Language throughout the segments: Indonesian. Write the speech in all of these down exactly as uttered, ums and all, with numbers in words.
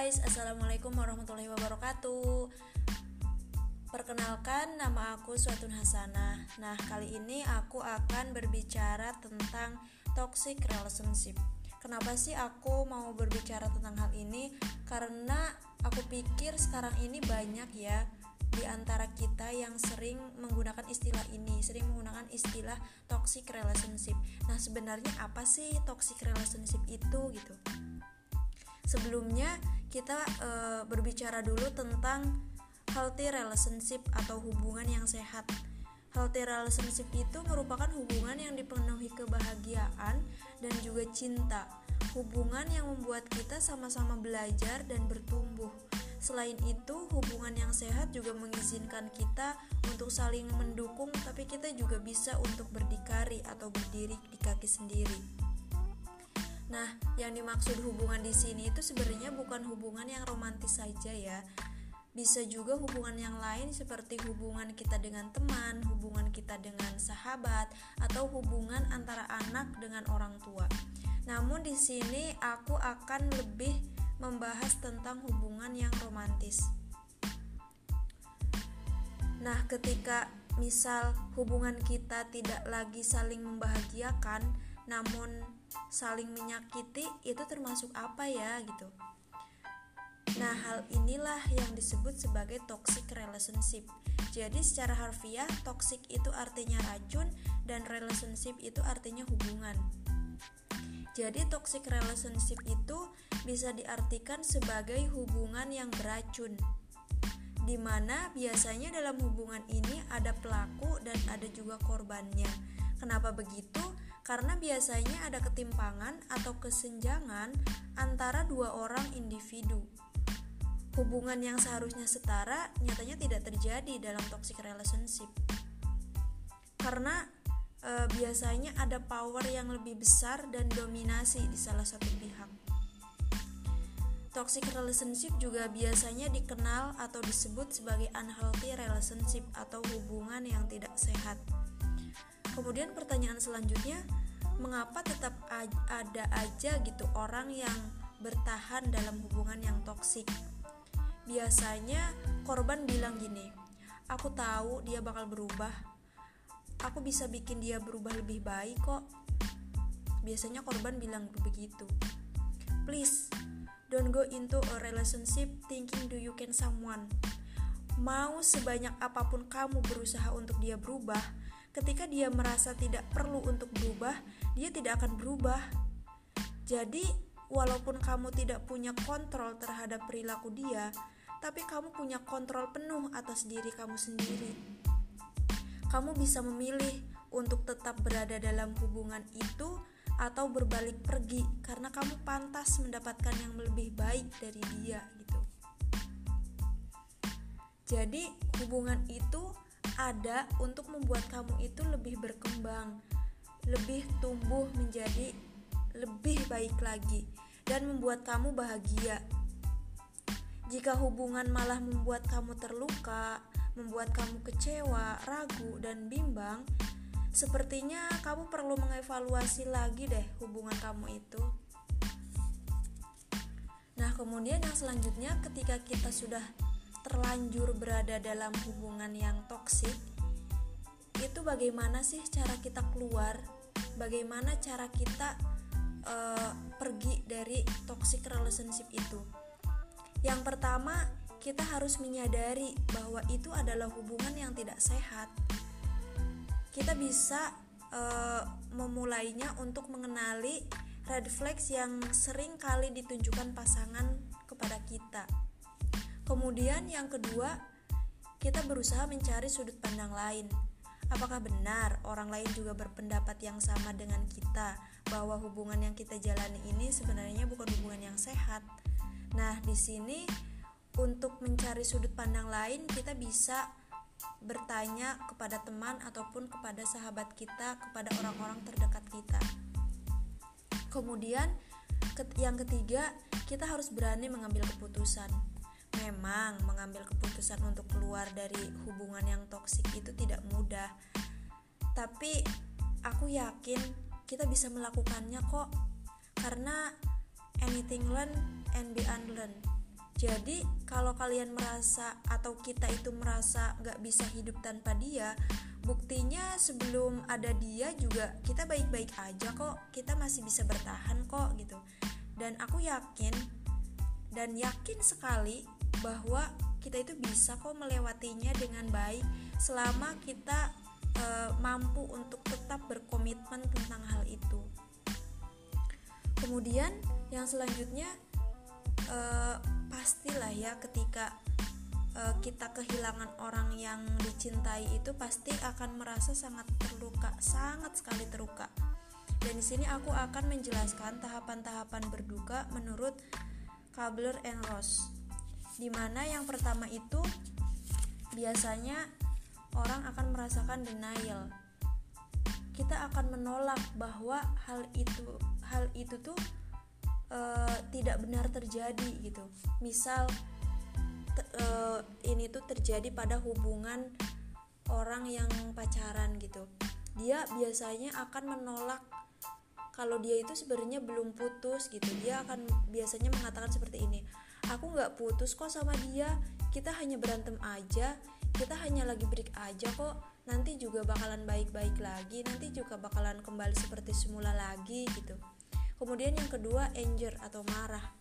guys, Assalamualaikum warahmatollahi wabarakatuh. Perkenalkan, nama aku Suatun Hasanah. Nah, kali ini aku akan berbicara tentang toxic relationship. Kenapa sih aku mau berbicara tentang hal ini? Karena aku pikir sekarang ini banyak ya di antara kita yang sering menggunakan istilah ini, sering menggunakan istilah toxic relationship. Nah, sebenarnya apa sih toxic relationship itu gitu? Sebelumnya kita e, berbicara dulu tentang healthy relationship atau hubungan yang sehat. Healthy relationship itu merupakan hubungan yang dipenuhi kebahagiaan dan juga cinta. Hubungan yang membuat kita sama-sama belajar dan bertumbuh. Selain itu, hubungan yang sehat juga mengizinkan kita untuk saling mendukung, tapi kita juga bisa untuk berdikari atau berdiri di kaki sendiri. Nah, yang dimaksud hubungan di sini itu sebenarnya bukan hubungan yang romantis saja ya. Bisa juga hubungan yang lain seperti hubungan kita dengan teman, hubungan kita dengan sahabat, atau hubungan antara anak dengan orang tua. Namun di sini aku akan lebih membahas tentang hubungan yang romantis. Nah, ketika misal hubungan kita tidak lagi saling membahagiakan, namun saling menyakiti, itu termasuk apa ya gitu. Nah, hal inilah yang disebut sebagai toxic relationship. Jadi secara harfiah, toxic itu artinya racun dan relationship itu artinya hubungan. Jadi toxic relationship itu bisa diartikan sebagai hubungan yang beracun, di mana biasanya dalam hubungan ini ada pelaku dan ada juga korbannya. Kenapa begitu? Karena biasanya ada ketimpangan atau kesenjangan antara dua orang individu. Hubungan yang seharusnya setara nyatanya tidak terjadi dalam toxic relationship. Karena e, biasanya ada power yang lebih besar dan dominasi di salah satu pihak. Toxic relationship juga biasanya dikenal atau disebut sebagai unhealthy relationship atau hubungan yang tidak sehat. Kemudian pertanyaan selanjutnya, mengapa tetap ada aja gitu orang yang bertahan dalam hubungan yang toksik? Biasanya korban bilang gini, aku tahu dia bakal berubah, aku bisa bikin dia berubah lebih baik kok. Biasanya korban bilang begitu. Please, don't go into a relationship thinking do you can someone. Mau sebanyak apapun kamu berusaha untuk dia berubah, ketika dia merasa tidak perlu untuk berubah, dia tidak akan berubah. Jadi, walaupun kamu tidak punya kontrol terhadap perilaku dia, tapi kamu punya kontrol penuh atas diri kamu sendiri. Kamu bisa memilih untuk tetap berada dalam hubungan itu atau berbalik pergi karena kamu pantas mendapatkan yang lebih baik dari dia gitu. Jadi, hubungan itu ada untuk membuat kamu itu lebih berkembang, lebih tumbuh menjadi lebih baik lagi, dan membuat kamu bahagia. Jika hubungan malah membuat kamu terluka, membuat kamu kecewa, ragu, dan bimbang, sepertinya kamu perlu mengevaluasi lagi deh hubungan kamu itu. Nah, kemudian yang selanjutnya, ketika kita sudah terlanjur berada dalam hubungan yang toksik, itu bagaimana sih cara kita keluar? Bagaimana cara kita uh, pergi dari toxic relationship itu? Yang pertama, kita harus menyadari bahwa itu adalah hubungan yang tidak sehat. Kita bisa uh, memulainya untuk mengenali red flags yang sering kali ditunjukkan pasangan kepada kita. Kemudian yang kedua, kita berusaha mencari sudut pandang lain. Apakah benar orang lain juga berpendapat yang sama dengan kita bahwa hubungan yang kita jalani ini sebenarnya bukan hubungan yang sehat? Nah, di sini untuk mencari sudut pandang lain, kita bisa bertanya kepada teman ataupun kepada sahabat kita, kepada orang-orang terdekat kita. Kemudian yang ketiga, kita harus berani mengambil keputusan. Memang mengambil keputusan untuk keluar dari hubungan yang toksik itu tidak mudah, tapi aku yakin kita bisa melakukannya kok. Karena anything learn and be unlearned. Jadi kalau kalian merasa atau kita itu merasa gak bisa hidup tanpa dia, buktinya sebelum ada dia juga kita baik-baik aja kok, kita masih bisa bertahan kok gitu. Dan aku yakin dan yakin sekali bahwa kita itu bisa kok melewatinya dengan baik selama kita e, mampu untuk tetap berkomitmen tentang hal itu. Kemudian yang selanjutnya e, pastilah ya ketika e, kita kehilangan orang yang dicintai itu pasti akan merasa sangat terluka, sangat sekali terluka. Dan di sini aku akan menjelaskan tahapan-tahapan berduka menurut Kübler-Ross. Di mana yang pertama itu biasanya orang akan merasakan denial. Kita akan menolak bahwa hal itu hal itu tuh Uh, tidak benar terjadi gitu. Misal te, uh, ini tuh terjadi pada hubungan orang yang pacaran gitu. Dia biasanya akan menolak kalau dia itu sebenarnya belum putus gitu. Dia akan biasanya mengatakan seperti ini, aku nggak putus kok sama dia, kita hanya berantem aja, kita hanya lagi break aja kok, nanti juga bakalan baik-baik lagi, nanti juga bakalan kembali seperti semula lagi gitu. Kemudian yang kedua, anger atau marah.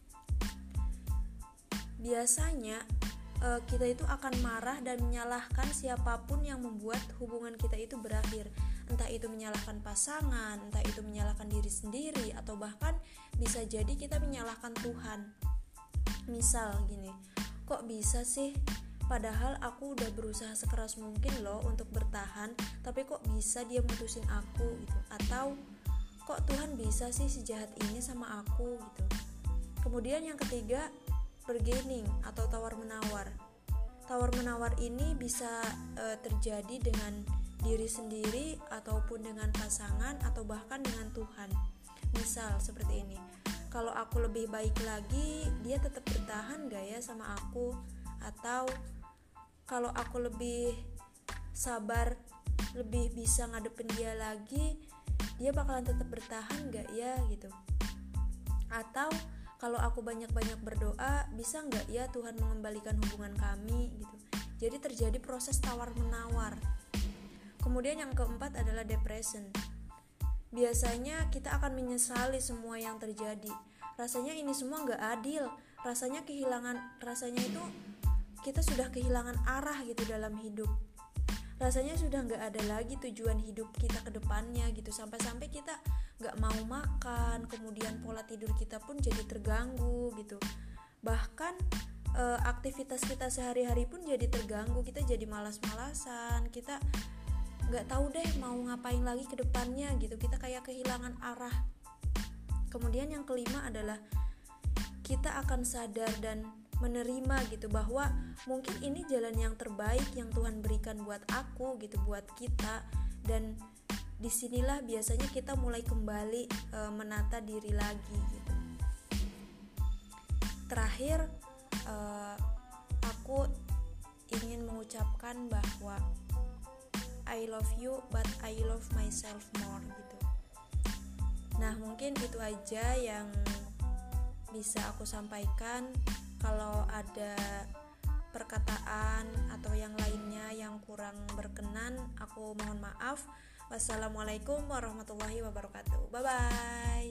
Biasanya uh, kita itu akan marah dan menyalahkan siapapun yang membuat hubungan kita itu berakhir. Entah itu menyalahkan pasangan, entah itu menyalahkan diri sendiri, atau bahkan bisa jadi kita menyalahkan Tuhan. Misal gini, kok bisa sih? Padahal aku udah berusaha sekeras mungkin loh untuk bertahan, tapi kok bisa dia mutusin aku gitu. Atau kok Tuhan bisa sih sejahat ini sama aku gitu. Kemudian yang ketiga, bargaining atau tawar-menawar. Tawar-menawar ini bisa e, terjadi dengan diri sendiri ataupun dengan pasangan atau bahkan dengan Tuhan. Misal seperti ini, kalau aku lebih baik lagi, dia tetap bertahan gak ya sama aku? Atau kalau aku lebih sabar, lebih bisa ngadepin dia lagi, dia bakalan tetap bertahan gak ya gitu. Atau kalau aku banyak-banyak berdoa, bisa gak ya Tuhan mengembalikan hubungan kami gitu. Jadi terjadi proses tawar-menawar. Kemudian yang keempat adalah depression. Biasanya kita akan menyesali semua yang terjadi. Rasanya ini semua gak adil. Rasanya kehilangan, rasanya itu kita sudah kehilangan arah gitu dalam hidup. Rasanya sudah gak ada lagi tujuan hidup kita ke depannya gitu. Sampai-sampai kita gak mau makan, kemudian pola tidur kita pun jadi terganggu gitu. Bahkan e, aktivitas kita sehari-hari pun jadi terganggu. Kita jadi malas-malasan, kita gak tahu deh mau ngapain lagi ke depannya gitu. Kita kayak kehilangan arah. Kemudian yang kelima adalah kita akan sadar dan menerima gitu bahwa mungkin ini jalan yang terbaik yang Tuhan berikan buat aku gitu, buat kita. Dan disinilah biasanya kita mulai kembali e, menata diri lagi gitu. Terakhir e, aku ingin mengucapkan bahwa I love you but I love myself more gitu. Nah mungkin itu aja yang bisa aku sampaikan. Kalau ada perkataan atau yang lainnya yang kurang berkenan, aku mohon maaf. Wassalamualaikum warahmatullahi wabarakatuh. Bye bye.